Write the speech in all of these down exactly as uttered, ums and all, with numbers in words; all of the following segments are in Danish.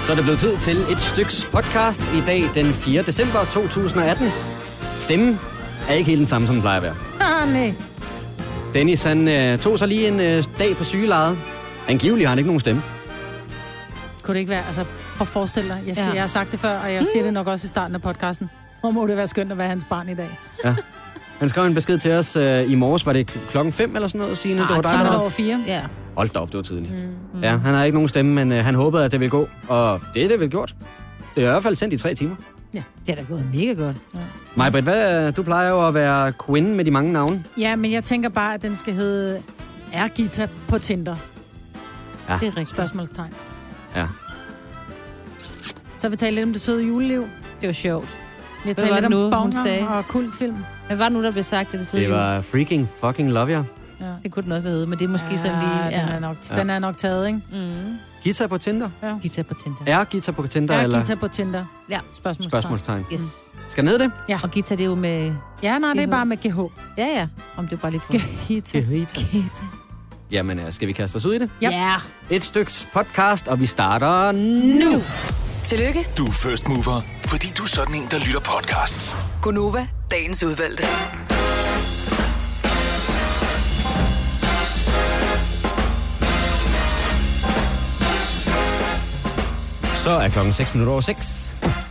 Så er det blevet tid til et styks podcast i dag, den fjerde december to tusind og atten. Stemmen er ikke helt den samme, som den plejer at være. Ah, nej. Dennis, han øh, tog sig lige en øh, dag på sygelejet. Angiveligt har han ikke nogen stemme. Kunne det ikke være? Altså, prøv at forestille dig. Jeg, siger, Ja. jeg har sagt det før, og jeg siger det nok også i starten af podcasten. Hvor må det være skønt at være hans barn i dag? Ja. Han skrev en besked til os øh, i morges. Var det kl- klokken fem eller sådan noget, Signe? Ah, det var dig, ti der minutter var... over fire. Ja. Hold da op, det var tidligt. Mm. Ja, han har ikke nogen stemme, men øh, han håbede, at det ville gå. Og det er det vel gjort. Det er i hvert fald sendt i tre timer. Ja. Det er da gået mega godt. Ja. Maj-Britt, hvad, du plejer jo at være queen med de mange navne. Ja, men jeg tænker bare, at den skal hedde Er Gita på Tinder? Ja. Det er rigtigt. Spørgsmålstegn. Ja. Så vi taler lidt om det søde juleliv. Det var sjovt. Vi har Hvad talt var lidt det om nu, hun bonger sagde? og kultfilm. Hvad var det nu, der blev sagt til det søde Det var freaking fucking love you. Ja. Det kunne den også hedde, men det er måske ja, sådan lige... den er nok, den er nok taget, ikke? Mm. Gita på Tinder? Gita på Tinder. Er Gita på Tinder, Er eller Gita på Tinder? Ja. Spørgsmålstegn. spørgsmålstegn? Yes. Skal ned det? Ja. Og Gita, det er jo med... Ja, nej, det er G H. bare med G H. Ja, ja. Om det er bare lige for... Gita. Gita. Gita. Jamen, øh, skal vi kaste os ud i det? Ja. Ja. Et styks podcast, og vi starter nu. Tillykke, Du er first mover, fordi du er sådan en, der lytter podcasts. Gunova, dagens udvalgte. Så er klokken seks minutter over seks.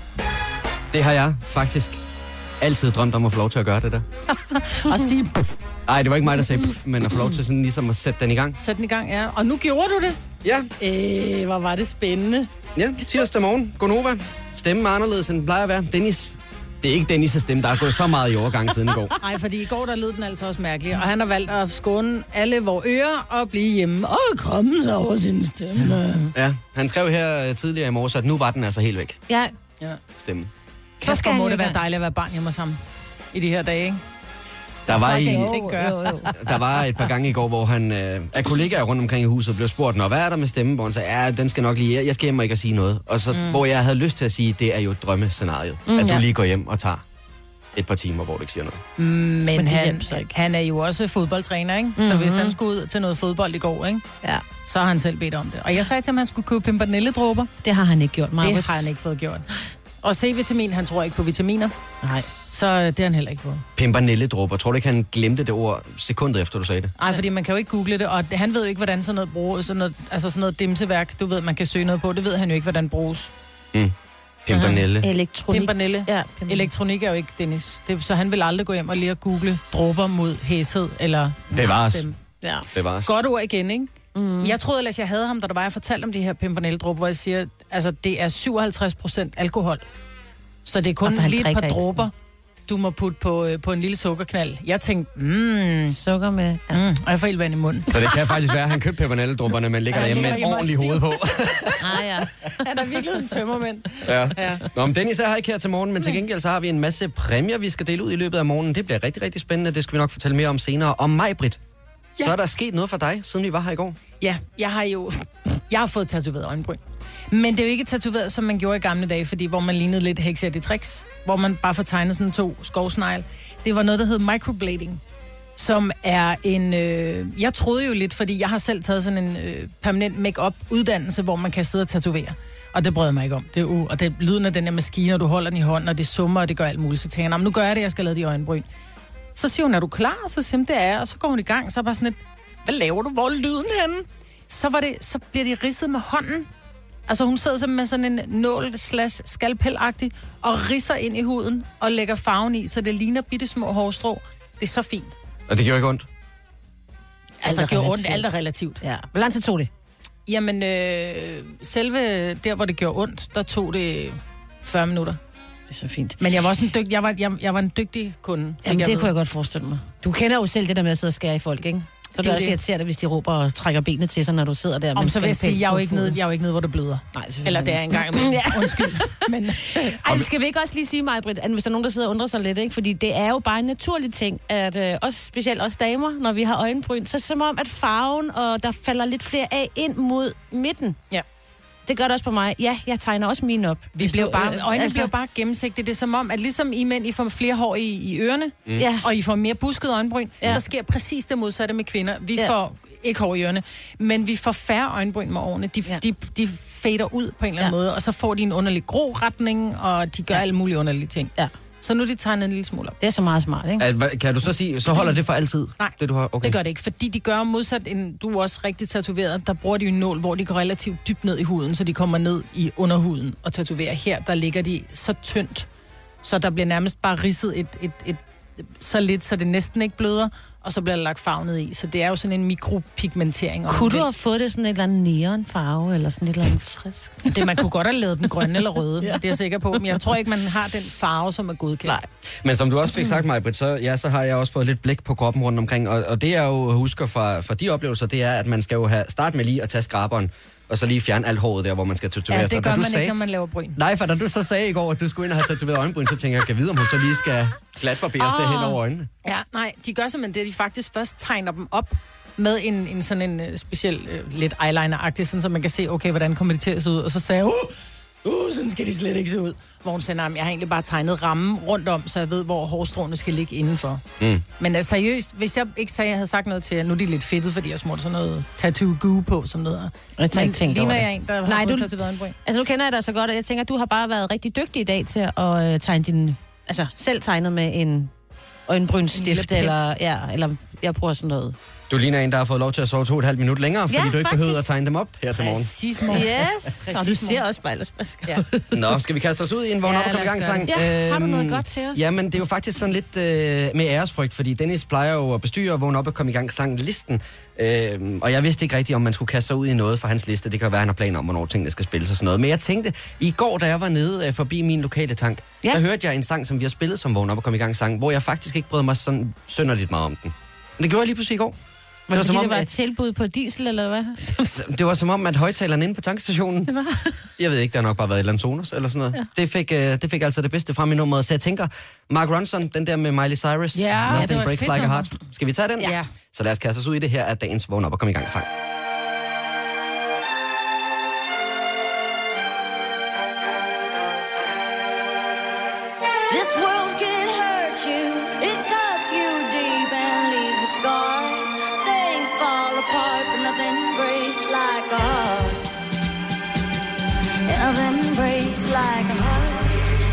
Det har jeg faktisk altid drømt om at få lov til at gøre det der. Og sige, Ej, det var ikke mig, der sagde puff, men at få lov til sådan ligesom at sætte den i gang. sæt den i gang, ja. Og nu gjorde du det. Ja, Øh, hvor var det spændende. ja. Tirsdag morgen. Gonova. Stemmen er anderledes, end den plejer at være. Dennis. Det er ikke Dennis' stemme, der er gået så meget i overgang siden i går. Nej, fordi i går der lød den altså også mærkelig. Og han har valgt at skåne alle vores ører og blive hjemme. Og komme sig over sin stemme. Ja, han skrev her øh, tidligere i morges, at nu var den altså helt væk. Ja. Ja. Stemmen. Så skal skal han må jo det i være gang. dejligt at være barn hjemme hos ham i de her dage, ikke? Der var, i, Fucking ting gør. Jo, jo. der var et par gange i går, hvor han øh, af kollegaer rundt omkring i huset blev spurgt, når hvad er der med stemmen? Hvor han sagde, ja, den skal nok lige, jeg skal hjem og ikke at sige noget. Og så, mm. hvor jeg havde lyst til at sige, det er jo drømmescenariet. Mm, at du ja. lige går hjem og tager et par timer, hvor du ikke siger noget. Men, det han, hjælper så ikke. han er jo også fodboldtræner, ikke? Mm-hmm. Så hvis han skulle ud til noget fodbold i går, ikke? Ja. Så har han selv bedt om det. Og jeg sagde til ham, at han skulle købe pimpernelledråber. Det har han ikke gjort, Maja. Det har han ikke fået gjort. Og C-vitamin, han tror ikke på vitaminer. Nej. Så øh, det har han heller ikke fået. Pimpernelledråber. Tror du ikke, han glemte det ord sekundet efter, du sagde det? Nej, fordi man kan jo ikke google det, og han ved jo ikke, hvordan sådan noget bruges. Sådan noget, altså sådan noget dimseværk, du ved, man kan søge noget på. Det ved han jo ikke, hvordan bruges. Mm. Pimpernelle. Elektronik. Pimpernelle. Ja, Elektronik er jo ikke Dennis. Det, så han vil aldrig gå hjem og lige at google dråber mod hæshed eller Bevares. stemme. Ja. Det var os. Godt ord igen, ikke? Mm. Jeg troede ellers, jeg havde ham, da der var, jeg fortalte om de her pimpernelledråber, hvor jeg siger, altså det er syvoghalvtreds procent alkohol. Så det er kun Og for han lige et par drikker ikke dråber, du må putte på, øh, på en lille sukkerknald. Jeg tænkte, mm, Sukker med... Ja. mm, og jeg får helt vand i munden. Så det kan faktisk være, at han købte pimpernelledråberne, men ligger Ja, derhjemme med ligger en derhjemme og ordentlig hoved på. Ah, ja. Han er virkelig en tømmermænd. Ja. Ja. Nå, men Dennis er her ikke her til morgen, men til gengæld så har vi en masse præmier, vi skal dele ud i løbet af morgenen. Det bliver rigtig, rigtig spændende. Det skal vi nok fortælle mere om senere. Og Maj-Britt, ja. Så er der sket noget for dig, siden vi var her i går. Ja, jeg har jo jeg har fået tatoveret øjenbryn. Men det er jo ikke tatoveret, som man gjorde i gamle dage, fordi hvor man lignede lidt Hexia Tricks, hvor man bare får tegnet sådan to skovsnegle. Det var noget, der hed microblading, som er en... Øh, jeg troede jo lidt, fordi jeg har selv taget sådan en øh, permanent make-up uddannelse, hvor man kan sidde og tatovere. Og det brød jeg mig ikke om. Det er uh, og det er lyden af den her maskine, og du holder den i hånden, og det summer, og det gør alt muligt. Så tænker jeg, nu gør jeg det, jeg skal lave de øjenbryn. Så siger hun, er du klar? Så siger hun, det er, og så går hun i gang, så er bare sådan et, hvad laver du? Hvor er lyden henne? Så, var det, så bliver de ridset med hånden. Altså hun sidder med sådan en nål slash skalpelagtig og ridser ind i huden og lægger farven i, så det ligner bitte små hårstrå. Det er så fint. Og det gjorde ikke ondt? Altså er det gjorde ondt, relativt. alt er relativt. Ja. Hvor lang tid tog det? Jamen, øh, selve der, hvor det gjorde ondt, der tog det fyrre minutter. Det er så fint. Men jeg var også en dygtig, jeg var, jeg, jeg var en dygtig kunde. Jamen, det kunne jeg godt forestille mig. Du kender jo selv det der med at sidde og skære i folk, ikke? Så det er er også det. irriterende, hvis de råber og trækker benene til sig, når du sidder der. Om med så vil jeg en sige, pen jeg er jo på ikke nede, foden. jeg er jo ikke nede, hvor det bløder. Nej, selvfølgelig. Eller det er engang imellem. Ja. Undskyld. Men, Ej, men skal vi ikke også lige sige, Maj-Britt, at hvis der er nogen, der sidder og undrer sig lidt, ikke? Fordi det er jo bare en naturlig ting, at øh, også specielt os damer, når vi har øjenbryn, så som om, at farven, og der falder lidt flere af ind mod midten. ja. Det gør det også på mig. Ja, jeg tegner også mine op. Vi bliver bare, øjnene altså, altså, bliver bare gennemsigtige. Det er som om, at ligesom I mænd, I får flere hår i, i ørerne, Ja. og I får mere busket øjenbryn. Ja. Ja. Der sker præcis det modsatte med kvinder. Vi Ja. ja. får ikke hår i ørerne, men vi får færre øjenbryn med årene. De, Ja. de, de fader ud på en eller anden Ja. måde, og så får de en underlig grå retning, og de gør ja. alle mulige underlige ting. Ja. Så nu er de tegnet en lille smule op. Det er så meget smart, ikke? At, hvad- kan du så sige, så holder det for altid? Nej, det, du har? Okay. det gør det ikke, fordi de gør modsat, en, du er også rigtig tatoveret, der bruger de jo en nål, hvor de går relativt dybt ned i huden, så de kommer ned i underhuden og tatoverer. Her, der ligger de så tyndt, så der bliver nærmest bare ridset et, et, et, så lidt, så det næsten ikke bløder, og så bliver der lagt farve ned i. Så det er jo sådan en mikropigmentering. Kunne du have fået det sådan et eller andet neonfarve, eller sådan et eller andet frisk? Det, man kunne godt have lavet den grønne eller røde, ja. Det er jeg sikker på. Men jeg tror ikke, man har den farve, som er godkendt. Nej. Men som du også fik sagt, Maj-Brit, så, ja, så har jeg også fået lidt blik på kroppen rundt omkring. Og, og det jeg jo husker fra, fra de oplevelser, det er, at man skal jo have start med lige at tage skraberen, og så lige fjerne alt håret der, hvor man skal tatovere. Ja, det gør man man sagde, ikke, når man laver bryn. Nej, for da du så sagde i går, at du skulle ind og have tatoveret øjenbryn, så tænker jeg, kan vide, om hun så lige skal glatbarberes oh. det hen over øjnene. Ja, nej, de gør simpelthen det, at de faktisk først tegner dem op med en, en sådan en uh, speciel, uh, lidt eyeliner-agtig, sådan, så man kan se, okay, hvordan kommer det til at se ud. Og så sagde jeg, uh, uh, sådan skal de slet ikke se ud. Hvor hun sagde, jeg har egentlig bare tegnet rammen rundt om, så jeg ved, hvor hårstråene skal ligge indenfor. Mm. Men altså, seriøst, hvis jeg ikke sagde, jeg havde sagt noget til jer, nu er de lidt fedtet, fordi jeg smurte sådan noget tattoo-goo på, som noget. Jeg Men ikke tænkt over ligner det. jeg en, der har Nej, fået du- tatoveret øjenbryn? Altså, nu kender jeg dig så godt, og jeg tænker, at du har bare været rigtig dygtig i dag til at øh, tegne din... Altså, selv tegnet med en øjenbrynsstift, pen. eller... Ja, eller jeg bruger sådan noget. Du ligner en, der har fået lov til at sove to og et halvt minut længere, fordi Ja, du ikke faktisk. behøvede at tegne dem op her til morgen. Præcis, mor. Yes! Og du ser også bare ellers frisk. Ja. Nå, skal vi kaste os ud i en vågn Ja, op og komme i lad gang os gøre sang? det. Ja, har du noget Øhm, godt til os? Jamen, det er jo faktisk sådan lidt øh, med æresfrygt, fordi Dennis plejer jo at bestyre og vågne op og komme i gang sang listen. Øhm, og jeg vidste ikke rigtigt, om man skulle kaste sig ud i noget fra hans liste. Det kan jo være, han har planer om, hvornår tingene skal spilles og sådan noget. Men jeg tænkte, i går, da jeg var nede øh, forbi min lokale tank, Ja. der hørte jeg en sang, som vi har spillet som vågn op og komme i gang sang, hvor jeg faktisk ikke brød mig sådan synderligt meget om den. Men det gjorde jeg lige pludselig i går. Var det, som fordi om, det var et at- tilbud på diesel, eller hvad? Det var som om, at højtaleren inde på tankstationen... Det var... Jeg ved ikke, der har nok bare været et eller andet Sonos eller sådan noget. Ja. Det, fik, uh, det fik altså det bedste frem i nummeret. Så jeg tænker, Mark Ronson, den der med Miley Cyrus, Ja, Nothing ja, det var et Breaks fedt Like a nummer. Heart. Skal vi tage den? Ja. Så lad os kaste os ud i det her, at dagens vågn op og komme i gang sang. This world can hurt you, it cuts you deep and leaves a scar. Things fall apart, but nothing breaks like a heart. Nothing breaks like a heart.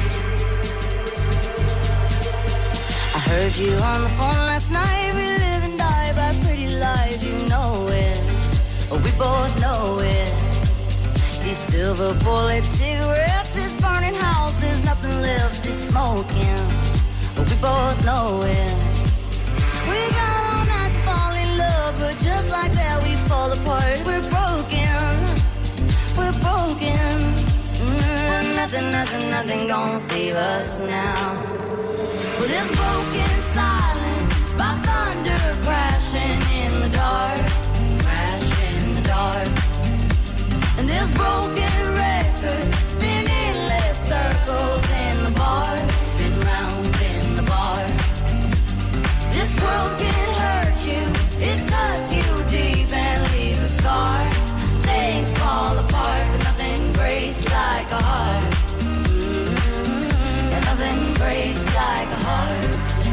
I heard you on the phone last night. We live and die by pretty lies, you know it. We both know it. These silver bullet cigarettes, this burning house, there's nothing left, it's smoking. But we both know it. We got all night to fall in love, but just like that we fall apart. We're broken, we're broken. Mm, nothing, nothing, nothing gonna save us now. Well, this broken silence by thunder crashing in the dark, crash in the dark. And this broken record spinning less circles in the bar, spin round in the bar. This world can hurt you, it cuts you deep and leaves a scar. Things fall apart, but nothing breaks like a heart. Mm-hmm. And nothing breaks like a heart.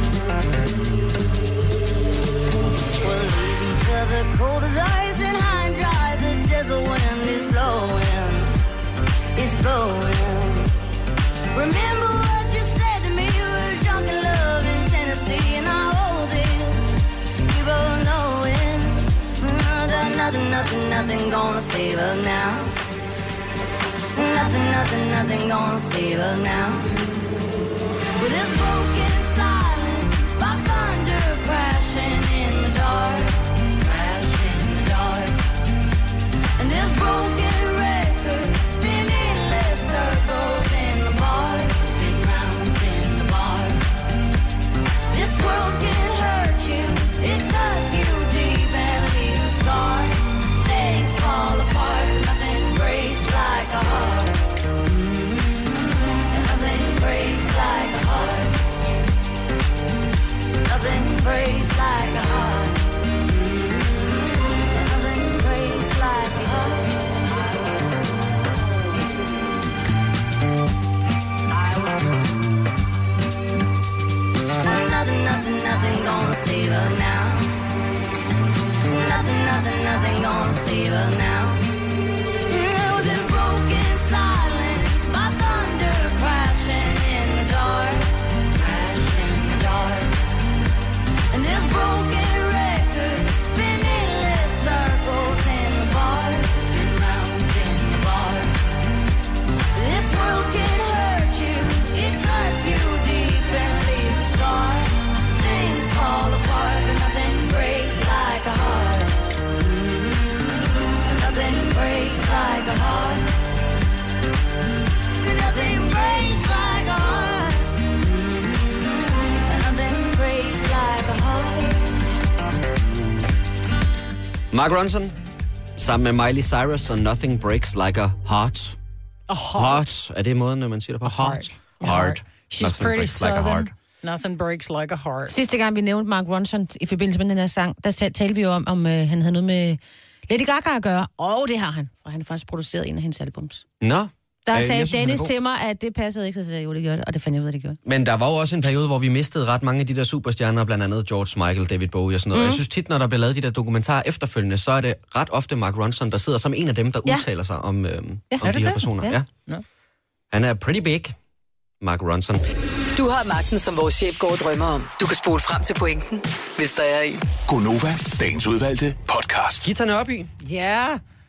We'll leave each other cold as ice and high and dry. The desert wind is blowing, is blowing. Remember what you said to me. You were drunk in love in Tennessee, and I hold it. We both know it. Mm, that nothing, nothing, nothing gonna save us now. Nothing, nothing, nothing gonna save us now. With this broken silence by thunder crashing in the dark, crash in the dark. And this broken record spinning less circles in the bar, spin round in the bar. This world can hurt you, it cuts you deep and leaves a scar. Things fall apart, nothing breaks like a heart. Mm-hmm. And nothing breaks like a heart. river now. Oh, this broken silence, my thunder crashing in the dark, crash in the dark. And this broken record spinning endless circles in the bar, spin round in the bar. This world can hurt you, it cuts you deep and leaves a scar. Things fall apart, but nothing breaks like a heart. Nothing breaks like a heart. Nothing breaks like a heart. Nothing breaks like a heart. Mark Ronson sammen med Miley Cyrus og Nothing Breaks Like a Heart. A heart. Heart. Er det måden, man siger det på? Heart. Heart. She's Nothing pretty breaks like a southern. heart. Nothing breaks like a heart. Sidste gang, vi nævnte Mark Ronson i forbindelse med den her sang, der talte vi jo om, om øh, han havde noget med Lady Gaga at gøre. Og det har han, for han har faktisk produceret en af hendes albums. Nå. Der Øh, sagde jeg synes, Dennis hun er god. til mig, at det passede ikke, så sagde jeg, jo, det gjorde det, og det fandt jeg ud af, det gjorde. Men der var jo også en periode, hvor vi mistede ret mange af de der superstjerner, blandt andet George Michael, David Bowie og sådan noget. Mm. Jeg synes tit, når der bliver lavet de der dokumentarer efterfølgende, så er det ret ofte Mark Ronson, der sidder som en af dem, der Ja. udtaler sig om, øhm, Ja. om Er de det her det? personer. Ja. Ja. Nå. Han er pretty big, Mark Ronson. Du har magten, som vores chef går og drømmer om. Du kan spole frem til pointen, hvis der er en. Gonova, dagens udvalgte podcast. Gita Nørby. Ja,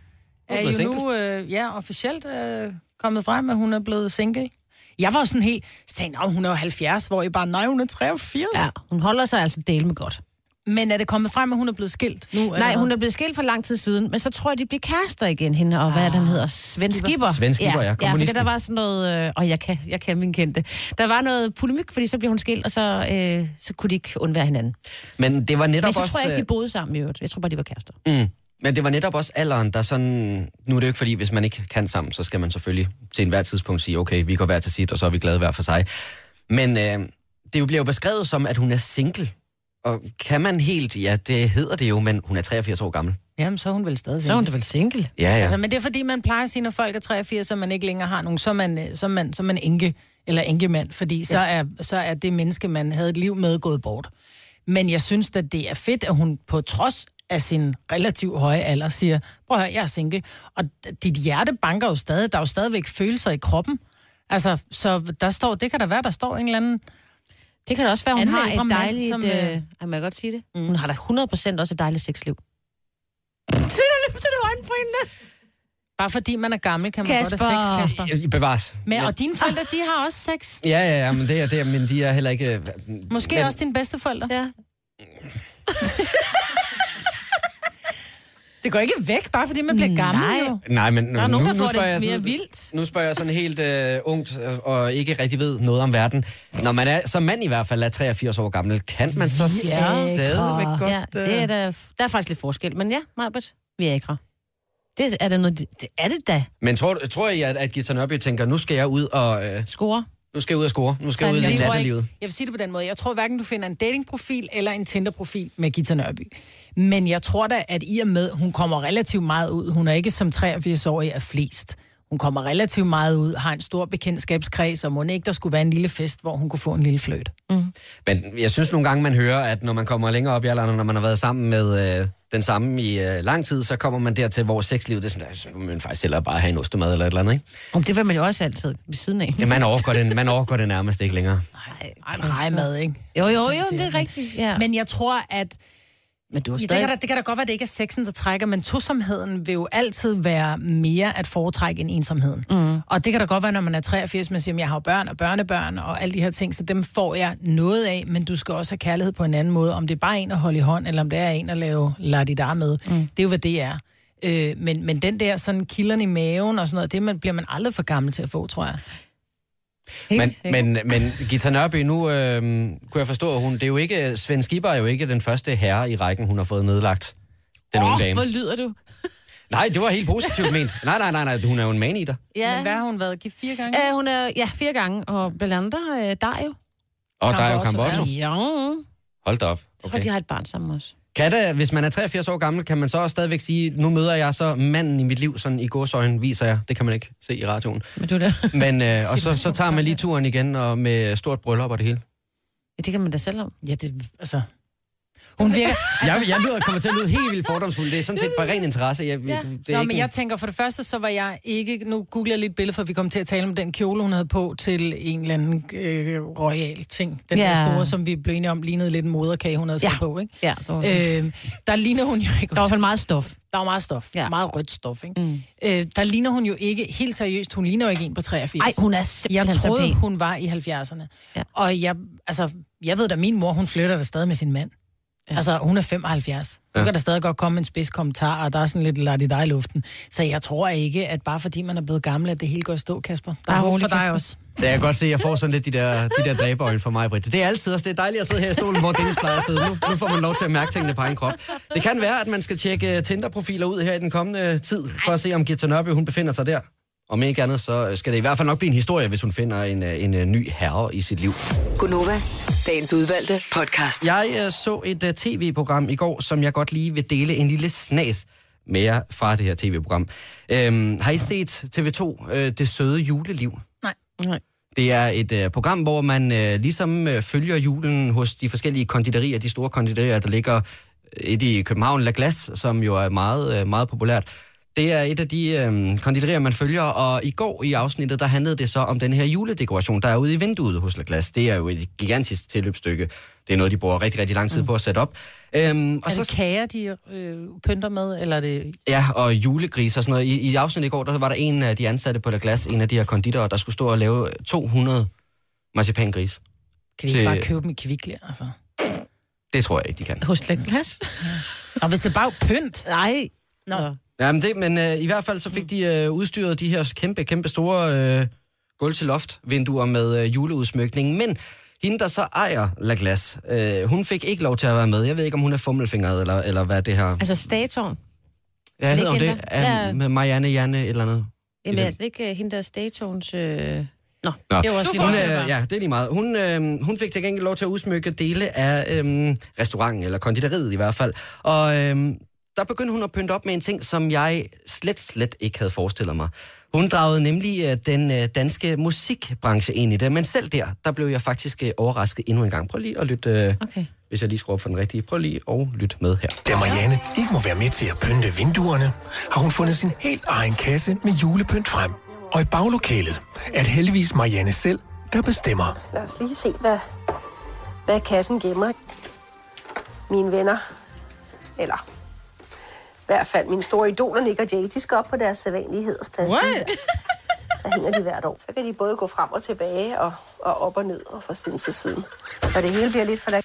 er blevet jo nu øh, ja, officielt øh, kommet frem, at hun er blevet single. Jeg var sådan helt, så tænkte jeg, hun er jo halvfjerds, hvor I bare, nej, hun er treogfirs. Ja, hun holder sig altså del med godt. Men er det kommet frem, at hun er blevet skilt nu? Nej, hun er blevet skilt for lang tid siden, men så tror jeg, de bliver kærester igen, hende, og hvad er den hedder? Svend Skipper. Svend Skipper, ja, Ja, komponisten. fordi der var sådan noget, øh, og jeg kan, jeg kan min kendte. Der var noget polemik, fordi så blev hun skilt, og så, øh, så kunne de ikke undvære hinanden. Men det var netop Men så også... tror jeg ikke, de boede sammen i øvrigt. Jeg tror bare, de var kærester. Mm. Men det var netop også alderen, der sådan... Nu er det jo ikke fordi, hvis man ikke kan sammen, så skal man selvfølgelig til enhver tidspunkt sige, okay, vi går hver til sit, og så er vi glade hver for sig. Men øh, det bliver jo beskrevet som, at hun er single. Og kan man helt... Ja, det hedder det jo, men hun er treogfirs år gammel. Jamen, så er hun vel stadig Så er hun single. da vel single. Ja, ja. Altså, men det er fordi, man plejer at sige, når folk er treogfirs, så man ikke længere har nogen, så er man, øh, så er man, så er man enke eller enkemand, fordi ja. så, er, så er det menneske, man havde et liv med, gået bort. Men jeg synes, at det er fedt, at hun på trods af sin relativt høje alder siger, prøv at høre, jeg er single. Og dit hjerte banker jo stadig, der er jo stadigvæk følelser i kroppen. Altså, så der står, det kan da være, der står en eller anden... Det kan da også være, hun Anden har ældre et mand, dejligt... som, Som, øh, øh, må jeg godt sige det? Mm. Hun har da hundrede procent også et dejligt sexliv. Se, der løfter du øjenbrynene. Bare fordi man er gammel, kan man Kasper. godt have sex, Kasper. I bevares. Men, og dine forældre, de har også sex. Ja, ja, ja, men det er det, men de er heller ikke... øh, Måske men, også dine bedsteforældre. Ja. Det går ikke væk, bare fordi man bliver gammel, Nej. jo. Nej, men Der er nogen, nu, der nu får spørger det jeg mere sådan- vildt. Nu spørger jeg sådan helt øh, ungt øh, og ikke rigtig ved noget om verden. Når man er, som mand i hvert fald er treogfirs år gammel, kan man så stadigvæk godt... Ja, det er der, der er faktisk lidt forskel. Men ja, Majbert, vi er ikke. Det er, der noget, det er det da. Men tror, tror I, at, at Gita Nørby tænker, nu skal jeg ud og... Øh, Score. nu skal jeg ud og score. Nu skal jeg ud Jeg i tror ikke- nattelivet. Jeg vil sige det på den måde. Jeg tror hverken, du finder en datingprofil eller en Tinder-profil med Gita Nørby. Men jeg tror da, at i og med, hun kommer relativt meget ud. Hun er ikke som treogfirs-årig af flest. Hun kommer relativt meget ud, har en stor bekendtskabskreds, og må ikke der skulle være en lille fest, hvor hun kunne få en lille fløjt. Mm. Men jeg synes nogle gange, man hører, at når man kommer længere op i alderen, når man har været sammen med øh, den samme i øh, lang tid, så kommer man dertil, hvor sexlivet, det er sådan, altså, man faktisk hellere bare have en ostemad eller et eller andet, ikke? Om det vil man jo også altid ved siden af. Ja, man overgår det, man overgår det nærmest ikke længere. Ej, nej mad, ikke? Jo, jo, jo, det er rigtigt. Ja. Men jeg tror, at Men du er ja, det, stadig... kan da, det kan da godt være, at det ikke er sexen, der trækker, men tosomheden vil jo altid være mere at foretrække end ensomheden. Mm. Og det kan da godt være, når man er treogfirs, man siger, at jeg har jo børn og børnebørn og alle de her ting, så dem får jeg noget af, men du skal også have kærlighed på en anden måde. Om det er bare en at holde i hånd, eller om det er en at lave ladidar med. Mm. Det er jo, hvad det er. Øh, men, men den der sådan kilderne i maven og sådan noget, det man, bliver man aldrig for gammel til at få, tror jeg. Men, men, men Gita Nørby, nu øh, kunne jeg forstå, at hun, det er jo ikke, Svend Skipper er jo ikke den første herre i rækken, hun har fået nedlagt. Den unge Åh, dame. hvor lyder du? Nej, det var helt positivt ment. Nej, nej, nej, nej, hun er jo en man-eater. Ja. Men hvad har hun været? Gift fire gange? Øh, hun er, ja, fire gange, og blandt andet øh, Dario. Og der er jo Campotto, Campotto. Ja. Hold da op. Så tror, Okay. de har et barn sammen også. Kan det, hvis man er treogfirs år gammel, kan man så også stadigvæk sige, nu møder jeg så manden i mit liv, sådan i gåseøjne viser jeg. Det kan man ikke se i radioen. Men du der? Men, øh, og så, så tager man lige turen igen, og med stort bryllup og det hele. Ja, det kan man da selv om. Ja, det, altså... Hun virker... Jeg, jeg lyder, kommer til at lyde helt vildt fordomsfuld. Det er sådan set bare ren interesse. Jeg, Ja. det er Nå, ikke men en- jeg tænker, for det første, så var jeg ikke... Nu googler jeg lidt billede, for vi kom til at tale om den kjole, hun havde på til en eller anden øh, royal ting. Den Ja. der store, som vi blev enige om, lignede lidt en moderkage, hun havde sat Ja. på, ikke? Ja, der var, Øh, der ligner hun jo ikke... der var i hvert fald meget stof. Der var meget stof. Ja. Ja. Meget rødt stof, ikke? Mm. Øh, der ligner hun jo ikke... Helt seriøst, hun ligner jo ikke en på treogfirs. Ej, hun er simpelthen Jeg så troede, pæn. hun var i halvfjerdserne. Ja. Og jeg, altså, jeg ved da, min mor, hun flytter der stadig med sin mand. Ja. Altså, hun er femoghalvfjerds. Nu Ja. kan der stadig godt komme en spids kommentar, og der er sådan lidt lad i dig i luften. Så jeg tror ikke, at bare fordi man er blevet gammel, at det hele går i stå, Kasper. Der er Ej, håb rolig, for dig Kasper. også. Ja, jeg kan godt se, at jeg får sådan lidt de der, de der dræberøjne for mig, Britt. Det er altid også. Det er dejligt at sidde her i stolen, hvor Dennis plejer at sidde. Nu, nu får man lov til at mærke tingene på egen krop. Det kan være, at man skal tjekke Tinder-profiler ud her i den kommende tid, for at se, om Gita Nørby, hun befinder sig der. Om ikke andet, så skal det i hvert fald nok blive en historie, hvis hun finder en, en, en ny herre i sit liv. Gunova, dagens udvalgte podcast. Jeg uh, så et uh, tv-program i går, som jeg godt lige vil dele en lille snas med jer fra det her tv-program. Øhm, har I set T V to, uh, Det Søde Juleliv? Nej. Nej. Det er et uh, program, hvor man uh, ligesom uh, følger julen hos de forskellige konditorier, de store konditorier, der ligger et i København, La Glace, som jo er meget, uh, meget populært. Det er et af de øh, konditorier, man følger, og i går i afsnittet, der handlede det så om den her juledekoration, der er ude i vinduet hos La Glace. Det er jo et gigantisk tilløbsstykke. Det er noget, de bruger rigtig, rigtig lang tid på at sætte op. Øhm, og Er så, det kager, de øh, pynter med, eller er det... ja, og julegris og sådan noget. I, i afsnittet i går, der var der en af de ansatte på La Glace, en af de her konditorer, der skulle stå og lave to hundrede marcipangris. Kan vi Til- ikke bare købe dem i Kvickly, altså? Det tror jeg ikke, de kan. Hos La Glace? Og hvis det bare er pynt... Nej. Nå. Nå. Jamen det, men øh, i hvert fald så fik de øh, udstyret de her kæmpe, kæmpe store øh, gulv-til-loft-vinduer med øh, juleudsmykning. Men hende, der så ejer La Glace, øh, hun fik ikke lov til at være med. Jeg ved ikke, om hun er fummelfingret, eller, eller hvad det her... Altså Statoren. Ja, jeg det hedder hun ikke det? hende, der? Ja. Ja. Med Marianne Janne et eller andet. Jamen, I er den. det ikke uh, hende der Statons... Øh... Nå, Nå. det var også lige Hun, meget. øh, ja, det er lige meget. Hun, øh, hun fik til gengæld lov til at udsmykke dele af øh, restauranten, eller konditoriet i hvert fald. Og øh, der begyndte hun at pynte op med en ting, som jeg slet, slet ikke havde forestillet mig. Hun dragede nemlig øh, den øh, danske musikbranche ind i det, men selv der, der blev jeg faktisk øh, overrasket endnu en gang. Prøv lige at lytte, øh, Okay. hvis jeg lige skruer op for den rigtige. Prøv lige at lytte med her. Da Marianne ikke må være med til at pynte vinduerne, har hun fundet sin helt egen kasse med julepynt frem. Og i baglokalet er det heldigvis Marianne selv, der bestemmer. Lad os lige se, hvad, hvad kassen gemmer. Mine venner, eller i hvert fald mine store idoler, Nick og Jay, de skal op på deres sædvanlige hedersplads. What? Der hænger de hvert år. Så kan de både gå frem og tilbage, og, og op og ned, og fra siden til siden. Og det hele bliver lidt for da.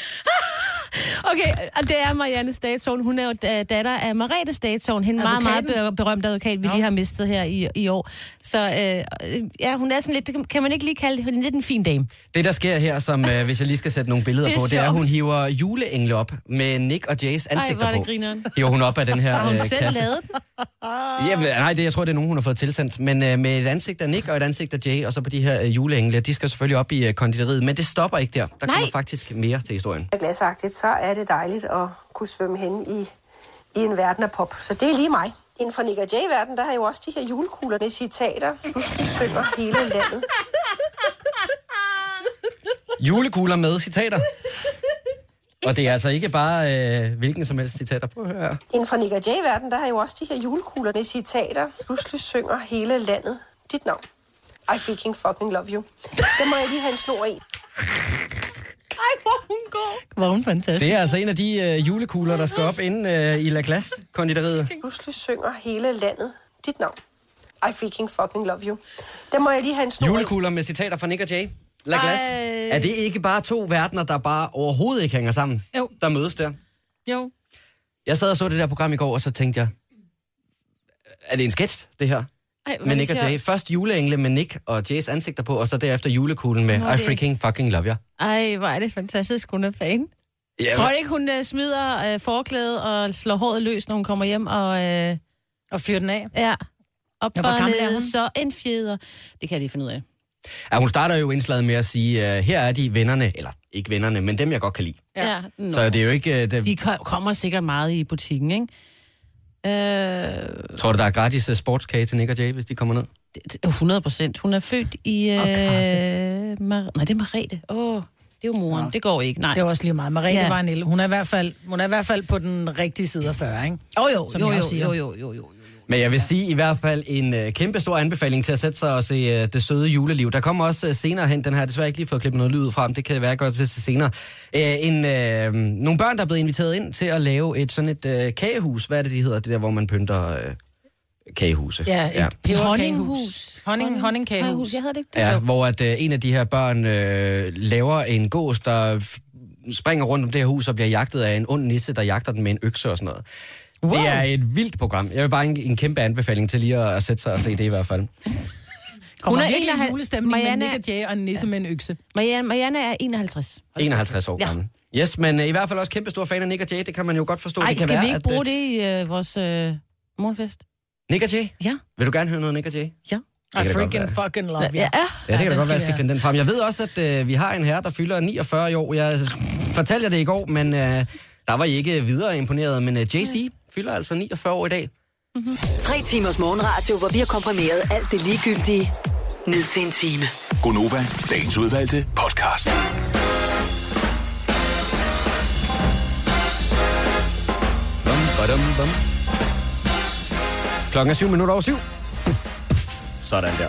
Okay, og det er Marianne Statun. Hun er jo da- datter af Merete Statun, hende meget, meget Advokaten? be- berømte advokat, vi lige har mistet her i, i år. Så øh, ja, hun er sådan lidt, det kan- kan man ikke lige kalde det, hun er lidt en fin dame. Det, der sker her, som øh, hvis jeg lige skal sætte nogle billeder Det er på, det er, at sjovt. hun hiver juleengle op med Nick og Jays Ej, ansigter hvor er det på. grineren. Hiver hun op af den her Har hun øh, selv kasse. lavet den? Jamen, nej, det, jeg tror, det er nogen, hun har fået tilsendt. Men øh, med et ansigt af Nick og et ansigt af Jay, og så på de her øh, juleengle, de skal selvfølgelig op i øh, konditoriet. Men det stopper ikke der. Der Nej. kommer faktisk mere til historien. Glasagtigt, så er det dejligt at kunne svømme hen i, i en verden af pop. Så det er lige mig. Inden for Nick og Jay-verden, der har jo også de her julekugler med citater. Pludselig synger hele landet. Julekugler med citater. Og det er altså ikke bare øh, hvilken som helst citater på her. Inden for Nick og Jay-verden, der har jo også de her julekugler med citater. Pludselig synger hele landet dit navn. I freaking fucking love you. Det må jeg lige have en snor i. Ej, hvor hun går. Hvor er hun fantastisk. Det er altså en af de øh, julekugler, der skal op inde øh, i La Glace-konditoriet. Pludselig synger hele landet dit navn. I freaking fucking love you. Det må jeg lige have en snor i. Julekugler med citater fra Nick og Jay. La Glace. Ej. Er det ikke bare to verdener, der bare overhovedet ikke hænger sammen? Jo. Der mødes der. Jo. Jeg sad og så det der program i går, og så tænkte jeg, er det en sketch, det her? Ej, hvor Med er Nick det og Jay. sjovt. Først juleengle med Nick og Jays ansigter på, og så derefter julekuglen med Nå, I det- freaking fucking love you. Ej, hvor er det fantastisk, hun er fan. Ja, Tror du ikke, hun uh, smider uh, forklædet og slår håret løs, når hun kommer hjem og... Uh, Og fyre den af. ja, op Ja, hvor og gammel er ned, hun? så en fjeder. Det kan jeg lige finde ud af. ja, hun starter jo indslaget med at sige, uh, her er de vennerne, eller ikke vennerne, men dem jeg godt kan lide. Ja. ja no. Så det er jo ikke... Uh, det, De ko- kommer sikkert meget i butikken, ikke? Øh, tror du, der er gratis uh, sportskage til Nick og Jay, hvis de kommer ned? det- det- hundrede procent. Hun er født i... Øh, Og kaffe. Mar- Nej, det er Merete. Åh, det er jo moren. Ja. Det går ikke, nej. Det er også lige meget. Marie Ja. var en Hun er, i hvert fald, hun er i hvert fald på den rigtige side af fyrre, ikke? Jo, jo, Som jo, jeg jo, også siger. jo, jo, jo, jo. Men jeg vil sige i hvert fald en øh, kæmpe stor anbefaling til at sætte sig og se øh, Det Søde Juleliv. Der kommer også øh, senere hen, den har jeg desværre ikke lige fået klippet noget lyd ud frem, det kan være godt til senere. Øh, en, øh, nogle børn, der er blevet inviteret ind til at lave et sådan et øh, kagehus. Hvad er det, de hedder? Det der, hvor man pynter øh, kagehuse. Ja, et ja. peberkagehus. Honning, honningkagehus. Jeg havde det ikke det. Ja, hvor at, øh, en af de her børn øh, laver en gås, der f- springer rundt om det her hus og bliver jagtet af en ond nisse, der jagter den med en økse og sådan noget. Wow. Det er et vildt program. Jeg vil bare en, en kæmpe anbefaling til lige at, at sætte sig og se det i hvert fald. Kommer Hun er virkelig en af- julestemning med Marianne- Nick og Jay og en nisse med en økse. Marianne, Marianne er enoghalvtreds. enoghalvtreds år Ja. gammel. Yes, men øh, i hvert fald også kæmpe stor fan af Nick og Jay. Det kan man jo godt forstå. Ej, det kan skal være, vi ikke at, bruge øh, det i øh, vores øh, morgenfest? Nick og Jay? Ja. Vil du gerne høre noget Nick og Jay? Ja. I kan det godt freaking være. fucking love you. Ja, ja. Ja, det kan den da godt skal være, jeg skal vi finde den frem. Jeg ved også, at øh, vi har en herre, der fylder niogfyrre i år. Jeg fortalte jer det i går, men øh, der var I ikke videre imponeret. Men øh, Jay-Z fylder altså niogfyrre år i dag. Mm-hmm. Tre timers morgenradio, hvor vi har komprimeret alt det ligegyldige ned til en time. Gonova, dagens udvalgte podcast. Bum, badum, bum. Klokken er syv minutter over syv. Sådan der.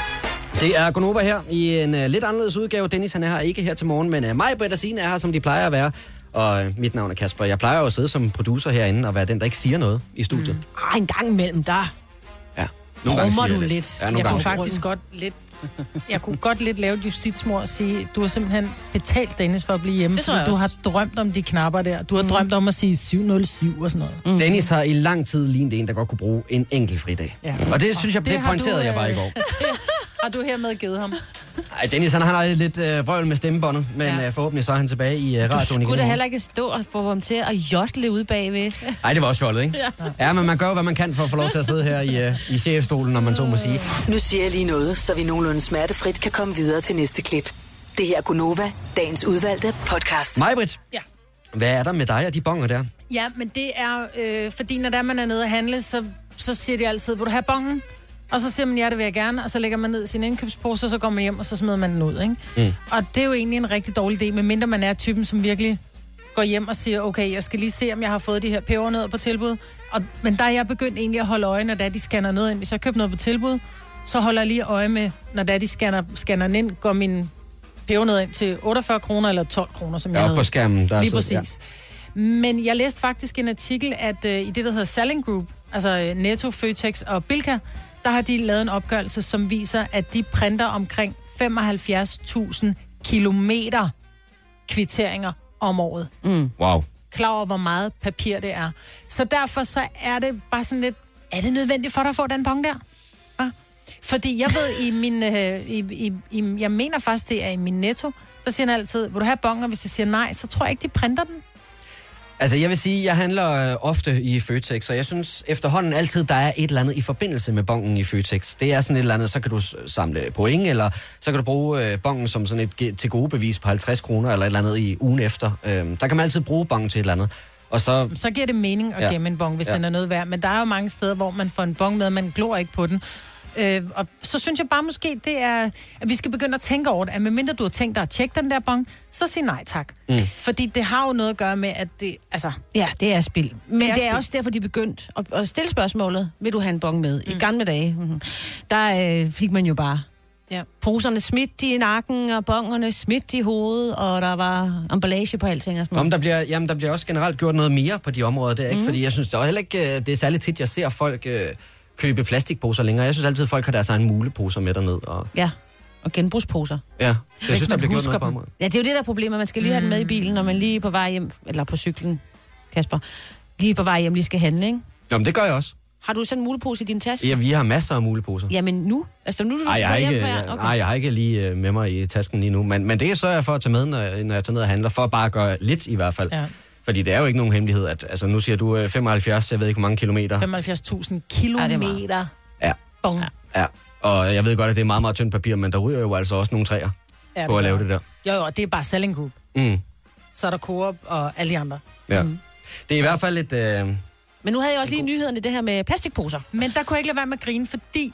Det er Gonova her i en uh, lidt anderledes udgave. Dennis han er her ikke her til morgen, men uh, mig, Britt og Signe er her, som de plejer at være. Og uh, mit navn er Kasper. Jeg plejer jo at sidde som producer herinde og være den, der ikke siger noget i studiet. Mm. Ej, en gang imellem der. Ja. Nogle gange Rummer siger du jeg lidt. Ja, nogle Jeg kunne gange. faktisk godt lidt... Jeg kunne godt lidt lave et justitsmord og sige, du har simpelthen betalt Dennis for at blive hjemme, Det tror fordi jeg du også. har drømt om de knapper der. Du har mm. drømt om at sige syv nul syv og sådan noget. Mm. Dennis har i lang tid lignet en, der godt kunne bruge en enkelt fridag. Ja. Og det synes jeg, Det det har pointerede du, jeg bare i øh, går. Har du hermed givet ham? Ej, Dennis han har lidt øh, vrøvl med stemmebåndet, men Ja. øh, forhåbentlig så er han tilbage i øh, Du radioen skulle igen. da heller ikke stå og få ham til at jodle ude bagved. Nej, det var også fjollet, ikke? Ja. ja, men man gør jo, hvad man kan for at få lov til at sidde her i, øh, i chefstolen, når man så må sige. Nu siger jeg lige noget, så vi nogenlunde smertefrit kan komme videre til næste klip. Det her er Gonova, dagens udvalgte podcast. Majbrit, Ja. hvad er der med dig og de bonger der? Ja, men det er, øh, fordi når der man er nede at handle, så, så siger de altid, vil du have bongen? Og så siger man, ja, det vil jeg gerne, og så lægger man ned i sin indkøbspose, og så går man hjem, og så smider man den ud, ikke? Mm. Og det er jo egentlig en rigtig dårlig idé, medmindre man er typen, som virkelig går hjem og siger, okay, jeg skal lige se, om jeg har fået de her pebernødder på tilbud. Og, men der er jeg begyndt egentlig at holde øje, når der de scanner noget ind. Hvis jeg har købt noget på tilbud, så holder jeg lige øje med, når der de scanner, scanner den ind, går min pebernødder ind til otteogfyrre kroner eller tolv kroner, som Ja, jeg oppe havde. på skærmen. Der Lige sidder- præcis. Ja. Men jeg læste faktisk en artikel, at øh, i det, der hedder Selling Group, altså øh, Netto, Føtex og Bilka, der har de lavet en opgørelse, som viser, at de printer omkring femoghalvfjerds tusind kilometer kvitteringer om året. Mm. Ja. Wow. Klar over, hvor meget papir det er. Så derfor så er det bare sådan lidt, er det nødvendigt for dig at få den bong der? Ja. Fordi jeg ved, i min, øh, i, i, i, jeg mener faktisk, det er i min Netto, så siger han altid, vil du have bongen? Og hvis jeg siger nej, så tror jeg ikke, de printer den. Altså, jeg vil sige, jeg handler øh, ofte i Føtex, og jeg synes efterhånden altid, der er et eller andet i forbindelse med bongen i Føtex. Det er sådan et eller andet, så kan du s- samle point, eller så kan du bruge øh, bongen som sådan et ge- til gode bevis på halvtreds kroner, eller et eller andet i ugen efter. Øhm, der kan man altid bruge bongen til et eller andet. Og så, Så giver det mening at Ja. gemme en bong, hvis Ja. ja. den er noget værd. Men der er jo mange steder, hvor man får en bong med, og man glor ikke på den. Øh, og så synes jeg bare måske, det er, at vi skal begynde at tænke over det, at medmindre du har tænkt dig at tjekke den der bong, så sig nej tak. Mm. Fordi det har jo noget at gøre med, at det, altså... Ja, det er spil. Men det er, det er spil. også derfor, de begyndte at, at stille spørgsmålet, vil du have en bong med? Mm. I gamle dage, mm, der øh, fik man jo bare Ja. poserne smidt i nakken, og bongerne smidt i hovedet, og der var emballage på alting og sådan noget. om der, bliver, jamen, der bliver også generelt gjort noget mere på de områder der, ikke? Mm. Fordi jeg synes, der er heller ikke, øh, det er særligt tit, jeg ser folk øh, købe plastikposer længere. Jeg synes altid, folk har deres egen muleposer med derned. Og, Ja, og genbrugsposer. ja, jeg synes, der man bliver gjort husker noget på dem. området. Ja, det er jo det, der er problemet. Man skal lige have den med i bilen, når man lige er på vej hjem, eller på cyklen, Kasper. Lige på vej hjem, lige skal handle, ikke? Jamen, det gør jeg også. Har du sådan en mulepose i din taske? Ja, vi har masser af muleposer. Jamen nu? Altså nu er du Nej, jeg har på ikke, hjem, jeg, okay. nej, jeg har ikke lige øh, med mig i tasken lige nu, men, men det sørger jeg for at tage med, når jeg, når jeg tager ned og handler, for bare at gøre lidt i hvert fald. Ja. Fordi det er jo ikke nogen hemmelighed, at altså, nu siger du øh, femoghalvfjerds, jeg ved ikke hvor mange kilometer. femoghalvfjerds tusind Ja, det er kilometer Ja. bong. Ja. Ja, og jeg ved godt, at det er meget, meget tyndt papir, men der ryger jo altså også nogle træer Ja, på at lave gør. det der. Jo, jo, og det er bare Selling Group. Mm, Så er der Coop og alle de andre. ja. Mm. Det er i hvert fald et... Øh, Men nu havde jeg også lige nyhederne, det her med plastikposer. Men der kunne jeg ikke lade være med at grine, fordi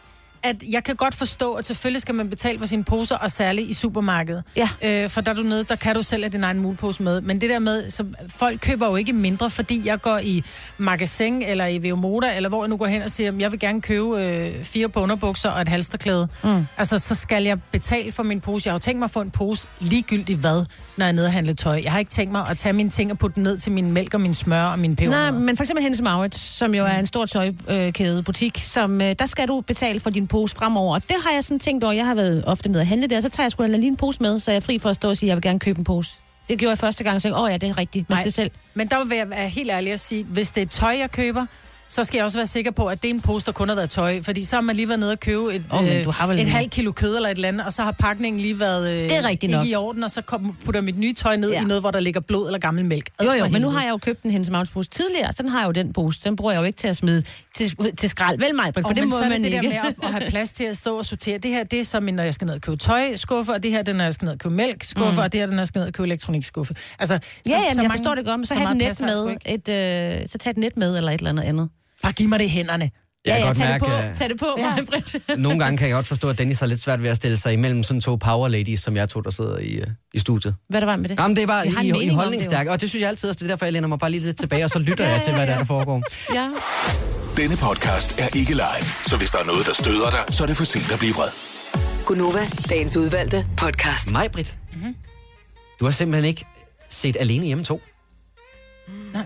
at jeg kan godt forstå, at selvfølgelig skal man betale for sine poser, og særligt i supermarkedet. Ja. Øh, for der er du nede, der kan du selv have din egen mulepose med. Men det der med, så folk køber jo ikke mindre, fordi jeg går i Magasin eller i Veomoda, eller hvor jeg nu går hen og siger, jeg vil gerne købe øh, fire på underbukser og et halsterklæde. Mm. Altså, så skal jeg betale for min pose. Jeg har jo tænkt mig at få en pose ligegyldigt hvad, når jeg er nede og handler tøj. Jeg har ikke tænkt mig at tage mine ting og putte ned til min mælk og min smør og min peber. Nej, men for eksempel Hennes Mauritz, som jo er en stor tøjkæde, butik, som, øh, der skal du betale for din pose fremover. Og det har jeg sådan tænkt over. Jeg har været ofte nede og handle der, så tager jeg sgu lige en pose med, så jeg er fri for at stå og sige, at jeg vil gerne købe en pose. Det gjorde jeg første gang, og så tænkte, åh ja, det er rigtigt. Man skal selv. Men der vil jeg være helt ærlig at sige, hvis det er tøj, jeg køber, så skal jeg også være sikker på, at det er en pose, der kun har været tøj. Fordi så har man lige været nede og købe et, oh, øh, et halvt kilo kød eller et eller andet, og så har pakningen lige været øh, det er ikke nok. I orden, og så kom, putter mit nye tøj ned ja. i noget, hvor der ligger blod eller gammel mælk. Jo, jo, men nu har jeg jo købt en Hendes Mauritz pose tidligere, så den har jeg jo den pose. Den bruger jeg jo ikke til at smide til, til skrald. Vel mig, for oh, det må man det ikke. Det der med at, at have plads til at stå og sortere. Det her, det er som når jeg skal ned og købe tøjskuffe, og det her, det er, når jeg skal ned og købe mælkskuffe, mm. og det her, det er, når jeg skal ned og købe elektronikskuffe. Altså, ja, ja, så jeg forstår det godt, men så, så have et net med, et, øh, så tag et net med, eller et eller andet andet. Bare giv mig det i hænderne. Ja, ja, tag, mærke, det på, tag det på, ja. Nogle gange kan jeg godt forstå, at Dennis har lidt svært ved at stille sig imellem sådan to power ladies, som jeg to, der sidder i, uh, i studiet. Hvad er der var med det? Jamen, det er bare i, i holdningsstærk, og det synes jeg altid også, det er derfor, jeg læner mig bare lige lidt tilbage, og så lytter jeg til, hvad der, er, der foregår. Ja. Denne podcast er ikke live, så hvis der er noget, der støder dig, så er det for sent at blive vred. Gunova, dagens udvalgte podcast. Maj-Brit, mm-hmm. du har simpelthen ikke set Alene Hjemme to. Nej,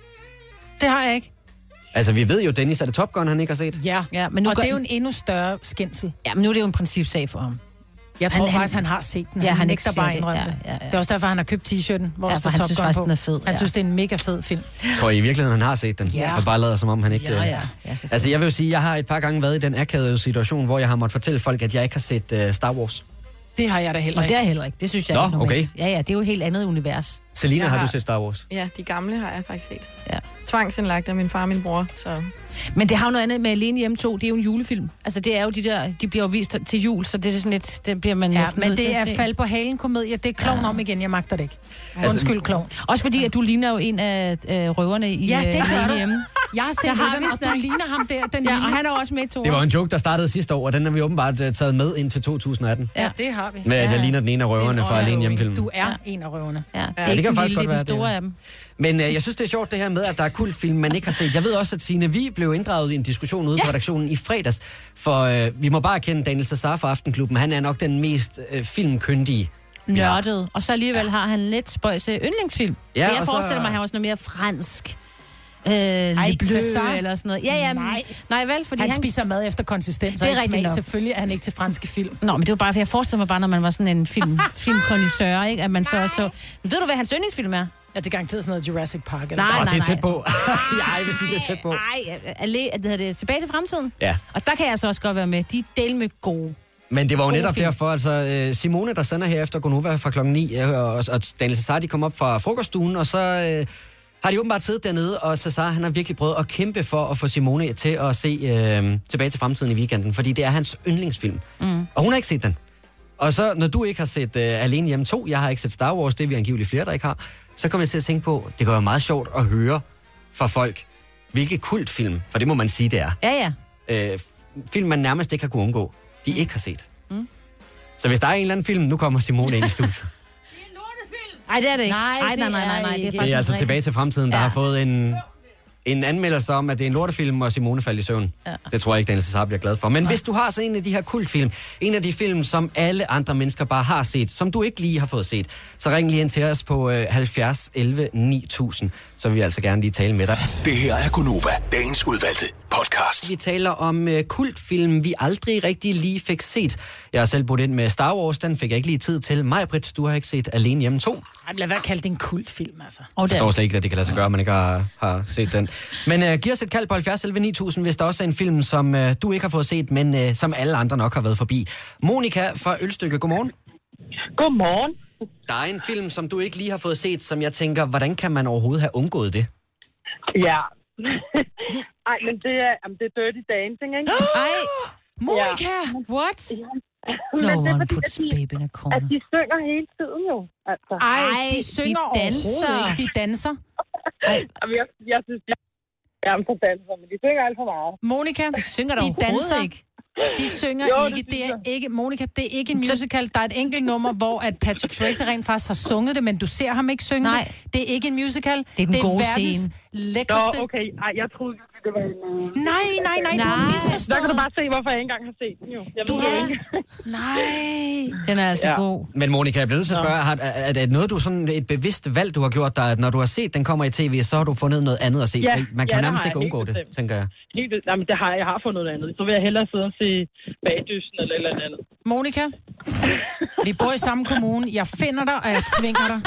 det har jeg ikke. Altså, vi ved jo, Dennis er det Top Gun, han ikke har set. Ja, ja men nu og gør... det er jo en endnu større skændsel. Ja, men nu er det jo en principsag for ham. Jeg tror han, faktisk, han har set den. Ja, han, han ikke der bare indrømme det. Ja, ja, ja. Det er også derfor, han har købt t-shirten, hvor ja, der står han Top synes Gun faktisk, på. den er fed. Han ja. synes, det er en mega fed film. Tror I i virkeligheden, han har set den? Ja. Og bare lader som om, han ikke... Ja, ja. ja altså, jeg vil jo sige, jeg har et par gange været i den akavede situation, hvor jeg har måttet fortælle folk, at jeg ikke har set uh, Star Wars. Det har jeg da heller ikke. Og det er heller ikke. Det synes jeg Nå, ikke okay. Ja, ja, det er jo et helt andet univers. Selina, har, har du set Star Wars? Ja, de gamle har jeg faktisk set. Ja. Tvangsindlagt af min far og min bror, så... Men det har jo noget andet med Alene Hjemme to. Det er jo en julefilm. Altså, det er jo de der... De bliver jo vist til jul, så det er sådan lidt... Det bliver man ja, næsten men det er fald på halen komedie. Det er klovn ja. om igen. Jeg magter det ikke. Ja. Undskyld, klovn. Også fordi, at du ligner jo en af øh, røverne i ja, det Alene Hjemme. Jeg har set den, og du ligner ham der. Den ja, og han er også med i to. Det var en joke, der startede sidste år, og den har vi åbenbart uh, taget med ind til to tusind atten. Ja, det har vi. Med at jeg ja. ligner den ene af røverne fra Alene Hjemme-filmen. Du er ja. en af røverne. Ja, det, ja, det, det kan faktisk godt være, det store af dem. Men uh, jeg synes, det er sjovt det her med, at der er kultfilm, man ikke har set. Jeg ved også, at Signe Vi blev inddraget i en diskussion ude ja. på redaktionen i fredags. For uh, vi må bare kende Daniel Cesar fra Aftenklubben. Han er nok den mest uh, filmkyndige. Nørdet. Og så alligevel ja. har han lidt spøjse yndlingsfilm. Ja, jeg forestiller så... mig, at han var sådan noget mere fransk. Øh, Ej, Cesar eller sådan noget. Ja, ja, nej. Nej, vel, fordi han, han spiser mad efter konsistens. Det er rigtigt nok. Selvfølgelig er han ikke til franske film. Nå, men det var bare, for jeg forestiller mig bare, når man var sådan en film, filmkondisseur, ikke? At man så også så... Ved du, hvad hans yndlingsfilm er? Ja, det er garanteret sådan noget Jurassic Park. Eller nej, nej, nej, det er tæt på. ja, jeg vil sige, det er tæt på. Nej, det hedder det Tilbage til fremtiden. Ja. Og der kan jeg så også godt være med. De er del med gode. Men det var jo gode netop film. derfor, altså Simone, der sender her efter Gonova fra klokken ni, og, og Daniel Cesar, de kom op fra frokoststuen, og så... Øh, har de åbenbart siddet dernede, og Cesar, han har virkelig prøvet at kæmpe for at få Simone til at se øh, Tilbage til fremtiden i weekenden, fordi det er hans yndlingsfilm. Mm. Og hun har ikke set den. Og så, når du ikke har set øh, Alene Hjemme to, jeg har ikke set Star Wars, det er vi angiveligt flere, der ikke har, så kommer jeg til at tænke på, det går jo meget sjovt at høre fra folk, hvilke kultfilm, for det må man sige, det er. Ja, ja. Øh, film, man nærmest ikke har kunnet undgå, de mm. ikke har set. Mm. Så hvis der er en eller anden film, nu kommer Simone ind i studiet. Nej, det er det ikke. Nej, Ej, nej, nej, nej, nej. Det er, det er altså Tilbage til fremtiden, der ja. har fået en, en anmeldelse om, at det er en lortefilm, og Simone faldt i søvn. Ja. Det tror jeg ikke, Daniel Cesar bliver glad for. Men nej. Hvis du har så en af de her kultfilm, en af de film, som alle andre mennesker bare har set, som du ikke lige har fået set, så ring lige ind til os på øh, halvfjerds elleve ni tusind, så vil vi altså gerne lige tale med dig. Det her er Gunova, dagens udvalgte podcast. Vi taler om øh, kultfilm, vi aldrig rigtig lige fik set. Jeg har selv budt ind med Star Wars, den fik jeg ikke lige tid til. Maj-Brit, du har ikke set Alene Hjemme to. Ej, lad være at kalde det en kultfilm, altså. Jeg forstår slet ikke, at det kan lade sig gøre, at man ikke har, har set den. Men øh, giv os et kald på halvfjerds elleve ni tusind, hvis der også er en film, som øh, du ikke har fået set, men øh, som alle andre nok har været forbi. Monika fra Ølstykke, godmorgen. Godmorgen. Der er en film, som du ikke lige har fået set, som jeg tænker, hvordan kan man overhovedet have undgået det? Ja. Ej, men det er, jamen, det er Dirty Dancing, ikke? Ej, Monika! Ja. What? Ja. No det one puts de, baby in a corner. At de synger hele tiden jo, altså. Ej, de synger de danser. Ikke. De danser. Ej. Jamen, jeg, jeg synes, jeg er for danser, men de synger alt for meget. Monika, de synger der de danser. Ikke. De synger Jo, ikke, det det synes er ikke, Monica, det er ikke en musical. Der er et enkelt nummer, hvor at Patrick Swayze rent faktisk har sunget det, men du ser ham ikke synge Nej. det. Det er ikke en musical. Det er den det er gode verdens scene. lækreste. Nå, okay. Ej, jeg troede, det var en... Uh... Nej, nej, nej, du har Nej. misforstået. Der kan du bare se, hvorfor jeg ikke engang har set den, jo. Jeg ved Ja. det ikke. Nej. Den er altså Ja. god. Men Monica, jeg bliver nødt til at spørge, har- er, er det noget, du sådan et bevidst valg, du har gjort dig, at når du har set, den kommer i tv, så har du fundet noget andet at se? Ja, Fordi man kan ja, det nærmest har ikke jeg undgå helt det, bestemt. tænker jeg. Helt, jamen, det har jeg. Jeg har fundet noget andet. Så vil jeg hellere sidde og se Bagdysten eller et eller andet. Monica, vi bor i samme kommune. Jeg finder dig, og jeg tvinger dig.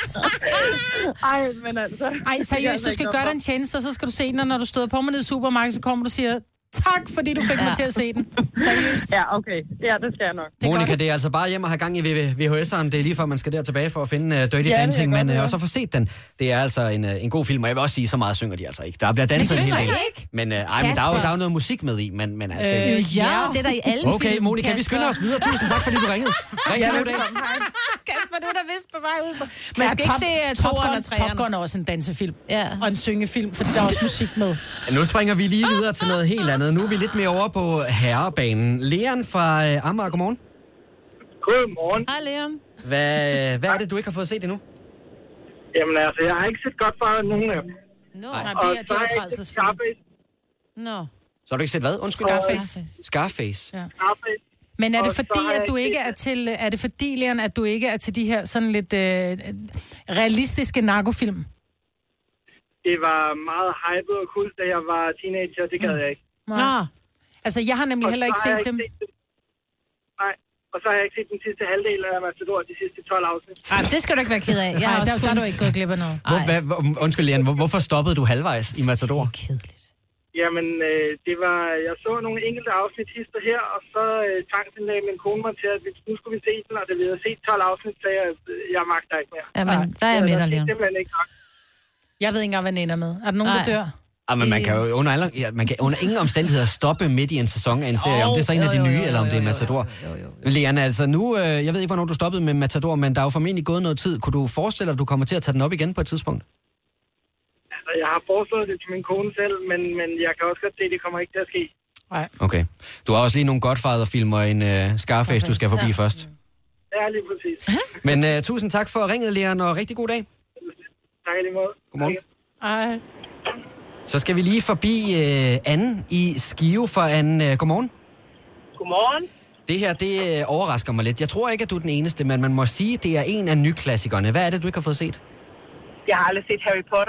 Ej, men altså... Ej, seriøst, du skal gøre dig en tjeneste, og så skal du se den, og når du støder på mig nede i supermarkedet, så kommer du og siger, tak, fordi du fik ja. mig til at se den. Seriøst. Ja, okay. Ja, det skal jeg nok. Det er Monica, godt. det er altså bare hjem og have gang i V H S'eren. Det er lige før, man skal der tilbage for at finde uh, Dirty Ja, det er Dancing, godt, men uh, ja. og så få set den. Det er altså en, uh, en god film, og jeg vil også sige, så meget synger de altså ikke. Der bliver danset Men en hel synger del. de ikke? Men, uh, ej, men der, er jo, der er jo noget musik med i, men, men uh, det, Øh, ja. Det er der i alle Okay, film, Monica, vi Kasper. skynder os videre. Tusind tak, fordi du ringede. Rigtig god dag. Kasper, du er da vist på vej ud på. Man skal ikke se, uh, Top toeren Gun, og treeren. Top Gun er også en dansefilm. Ja. Og en syngefilm, fordi der er også musik med. Nu springer vi lige videre til noget helt andet. Nu er vi lidt mere over på herrebanen. Leon fra uh, Amager, godmorgen. Godmorgen. Hej, Leon. Hvad, hvad er det, du ikke har fået set endnu? Jamen altså, jeg har ikke set godt for nogen af dem. Nå. Nej, Og det er, det så er har også jeg ikke set rædselsfilm. Scarface. Nå. Så har du ikke set hvad? Undskyld. Scarface. Scarface. Ja. Scarface. Men er det Og så fordi, har at jeg du ikke ikke set er til, er det fordi, Leon, at du ikke er til de her sådan lidt øh, realistiske narkofilm? Det var meget hypet og cool, da jeg var teenager. Det gad jeg ikke. Nå. Altså, jeg har nemlig Og heller så ikke har jeg set dem. dem. Nej. Og så har jeg ikke set den sidste halvdel af Matador, de sidste tolv afsnit. Ej, det skal du ikke være ked af. Jeg Nej, har der, også der er kun... du ikke gået glip af noget. Hvor, hvad, hvor, undskyld, Leon, hvor, hvorfor stoppede du halvvejs i Matador? Det er kedeligt. Jamen, øh, det var... Jeg så nogle enkelte afsnit hister her, og så øh, tvangsanlagde min kone mig til, at vi- nu skulle vi se den, og da vi havde set tolv afsnit, sagde jeg, at øh, jeg magter ikke mere. Jamen, der er jeg med dig, Det Leon. er simpelthen ikke nok. Jeg ved ikke engang, hvad den ender med. Er der nogen, Nej. der dør? Ah, men man kan jo under, alle, ja, man kan under ingen omstændigheder stoppe midt i en sæson af en serie, om det er så en af de jo, jo, nye, jo, eller om det er jo, jo, Matador. jo, jo, jo. Leon, altså nu, øh, jeg ved ikke, hvornår du stoppede med Matador, men der er jo formentlig gået noget tid. Kunne du forestille dig, at du kommer til at tage den op igen på et tidspunkt? Altså, jeg har foreslået det til min kone selv, men, men jeg kan også godt se, at det kommer ikke til at ske. Nej. Okay. Du har også lige nogle Godfather-film og en uh, Scarface, du skal forbi Ja. først. Ja, lige præcis. Men uh, tusind tak for ringet, Leon, og rigtig god dag. Tak i lige måde. Godmorgen. Ej. Så skal vi lige forbi uh, Anne i Skive for Anne. Uh, godmorgen. Godmorgen. Det her, det øh, overrasker mig lidt. Jeg tror ikke, at du er den eneste, men man må sige, at det er en af nyklassikerne. Hvad er det, du ikke har fået set? Jeg har aldrig set Harry Potter.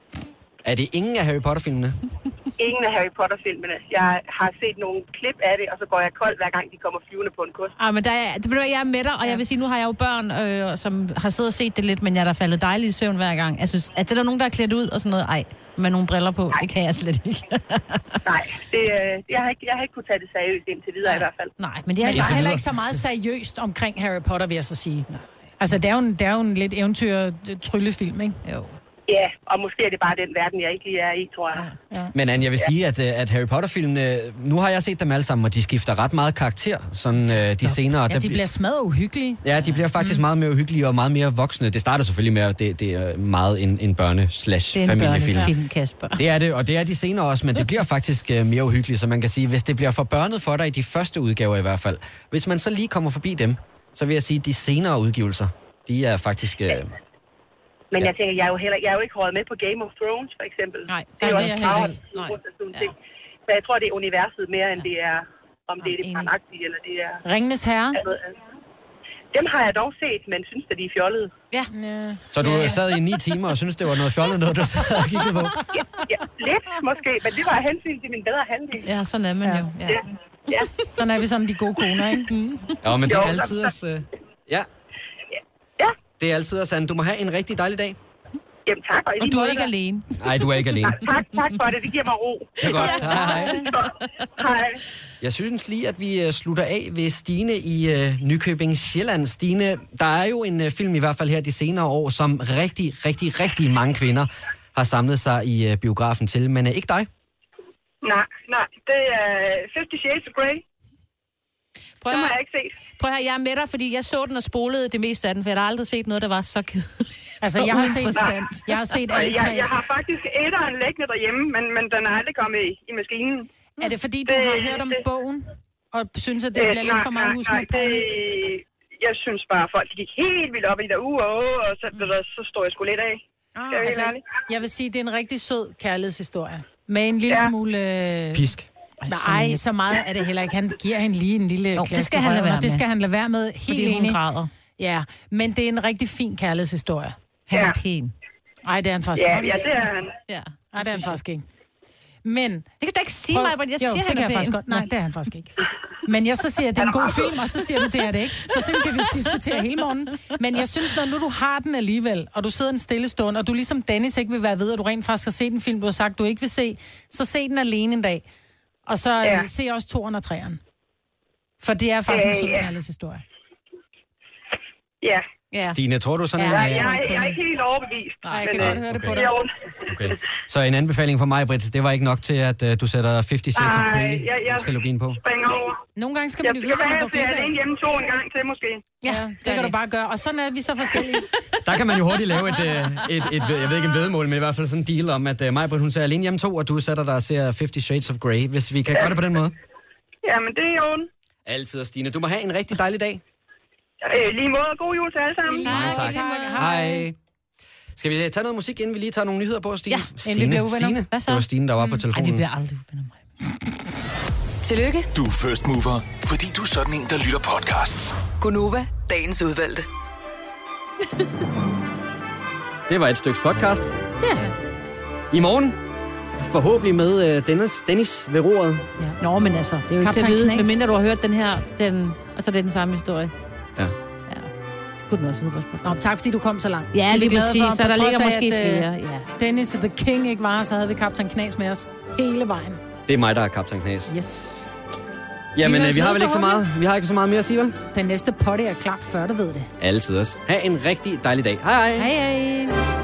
Er det ingen af Harry Potter-filmene? Ingen af Harry Potter-filmene. Jeg har set nogle klip af det, og så går jeg kold, hver gang de kommer flyvende på en kost. Ah, men der er, det, ved du hvad, jeg er med dig, og jeg vil sige, nu har jeg jo børn, øh, som har siddet og set det lidt, men jeg er der faldet dejligt i søvn hver gang. Jeg synes, at det er der nogen, der er klædt ud og sådan noget. Ej, med nogle briller på, nej. Det kan jeg slet ikke. Nej, det, øh, jeg, har ikke, jeg har ikke kunnet tage det seriøst indtil videre nej. i hvert fald. Nej, men det er, Men der er Indtil heller videre. ikke så meget seriøst omkring Harry Potter, vil jeg så sige. Altså, det er jo en, det er jo en lidt eventyr-tryllefilm, ikke? Jo. Ja, og måske er det bare den verden, jeg ikke lige er i, tror jeg. Ja. Men Anne, jeg vil sige, at, øh, at Harry Potter-filmene, nu har jeg set dem alle sammen, og de skifter ret meget karakter, sådan øh, de senere. Ja, Der de bl- bliver smadret uhyggelige. Ja, de bliver faktisk mm. meget mere uhyggelige og meget mere voksne. Det starter selvfølgelig med, at det, det er meget en, en børne-slash-familiefilm. Det er en børnefilm, Kasper. Det er det, og det er de senere også, men det bliver faktisk uh, mere uhyggeligt, så man kan sige, hvis det bliver for børnet for dig i de første udgaver i hvert fald, hvis man så lige kommer forbi dem, så vil jeg sige, at de senere udgivelser, de er faktisk... Uh, Men Ja. jeg tænker, jeg er jo, heller, jeg er jo ikke røget med på Game of Thrones, for eksempel. Nej, det er jo der er også jeg heller kravet. ikke. Nej. Ja. Så jeg tror, det er universet mere, end det er, om det er det enig. paragtige, eller det er... Ringenes Herre. Altså, altså. Dem har jeg dog set, men synes, at de er fjollede. Ja. Ja. så du sad i ni timer og synes det var noget fjollet noget, du sad og kiggede på? Ja, ja, lidt måske, men det var af hensyn til min bedre halvdel. Ja, sådan er man Ja. jo. Ja. Ja. Ja. Sådan er vi sådan de gode koner, ikke? Mm. Ja, men det er Jo, altid os... Uh, ja, Ja, det er altid os, Anne. Du må have en rigtig dejlig dag. jamen tak. Og, i Og lige du er måde, ikke da. alene. Nej, du er ikke alene. Tak, tak for det. Det giver mig ro. Det er godt. Hej, hej. Hej. Jeg synes lige, at vi øh, slutter af ved Stine i øh, Nykøbing Sjælland. Stine, der er jo en øh, film i hvert fald her de senere år, som rigtig, rigtig, rigtig mange kvinder har samlet sig i øh, biografen til, men øh, ikke dig. Nej, nej. Det er Fifty Shades of Grey. Prøv Dem at, har jeg ikke set. prøv at høre, jeg er med dig, fordi jeg så den og spolede det meste af den, for jeg har aldrig set noget, der var så kedeligt. Altså, jeg har set, jeg har set alle Jeg, tre. jeg har faktisk etteren liggende derhjemme, men, men den er aldrig kommet i, i maskinen. Er det fordi, du Det- har hørt om det- bogen? Og synes, at det bliver lidt for meget hus med porno? Jeg synes bare, at folk gik helt vildt op i der uge, og så, så står jeg sgu lidt af. Ah, jeg, altså, jeg vil sige, at det er en rigtig sød kærlighedshistorie. Med en lille Ja. smule... Øh... Pisk. Nej, så meget er det heller ikke. Han giver hende lige en lille Jo, klaske det skal han lade i være røven, og det med. skal han lade være med. Helt Fordi hun enig. græder. Ja, men det er en rigtig fin kærlighedshistorie. Han er Ja. pæn. Nej, det er han faktisk Ja, ikke. ja, det er han. Ja. Nej, det er han faktisk ikke. Men... Det kan du ikke sige, Prøv- mig, men jeg jo, siger, det han kan er jeg faktisk pæn. godt. Nej, det er han faktisk ikke. Men jeg så siger, at det er en god film, og så siger du, det er det ikke. Så sådan kan vi diskutere hele morgenen. Men jeg synes, når nu du har den alligevel, og du sidder en stille stund, og du ligesom Dennis ikke vil være ved, at du rent faktisk har set en film, du har sagt, du ikke vil se, så se den alene en dag. Og så Ja. ja. se også toeren og treeren. For det er faktisk en Øh, sød ja. kærlighedshistorie. Ja. Ja. Stine, tror du sådan Ja, en... Jeg, øh, jeg, jeg er ikke helt overbevist. Nej, jeg men, kan øh, godt høre det på det dig. er ondt. Okay. Så en anbefaling fra mig, Britt, det var ikke nok til, at uh, du sætter halvtreds Shades of Nej, Grey jeg, jeg trilogien på? springer over. Nogle gange skal Jeg man jo skal vide, hvad være man går til glip af. alene hjemme to en gang til, måske. Ja, det kan du bare gøre. Og sådan er vi så forskellige. Der kan man jo hurtigt lave et, øh, et, et, jeg ved ikke en vedmål, men i hvert fald sådan en deal om, at uh, mig, Britt, hun ser alene hjemme to, og du sætter dig og ser halvtreds Shades of Grey, hvis vi kan gøre det på den måde. Jamen, det er ondt. Altid, og Stine. Du må have en rigtig dejlig dag. Øh, lige måde. God jul til alle sammen. Mange tak. Hej. Skal vi tage noget musik, inden vi lige tager nogle nyheder på, Stine? Ja, inden vi Stine, bliver uvenner. Stine. Hvad så? Det var Stine, der var på Ej, telefonen. vi bliver aldrig uvenner mig. Tillykke, Du er first mover, fordi du er sådan en, der lytter podcasts. Gunova, dagens udvalgte. Det var et stykke podcast. Ja. I morgen, forhåbentlig med uh, Dennis, Dennis ved roret. Ja. Nå, men altså, det er jo ikke til at Kaptajn vide, Knas. medmindre du har hørt den her, den, altså det er den samme historie. Ja. Ja. Det kunne den også hedde på. Nå, tak fordi du kom så langt. Ja, Vi er lige glade præcis, for, så på der trods ligger af, måske at, øh, flere. Ja. Dennis the King ikke var, så havde vi Kaptajn Knas med os hele vejen. Det er mig, der er kaptajn Knas. Yes. Jamen, Vi øh, vi har høres vel ikke så ved, meget, vi har ikke så meget mere at sige, vel? Den næste potty er klar, før du ved det. Altid også. Ha' en rigtig dejlig dag. Hej hej. Hej hej.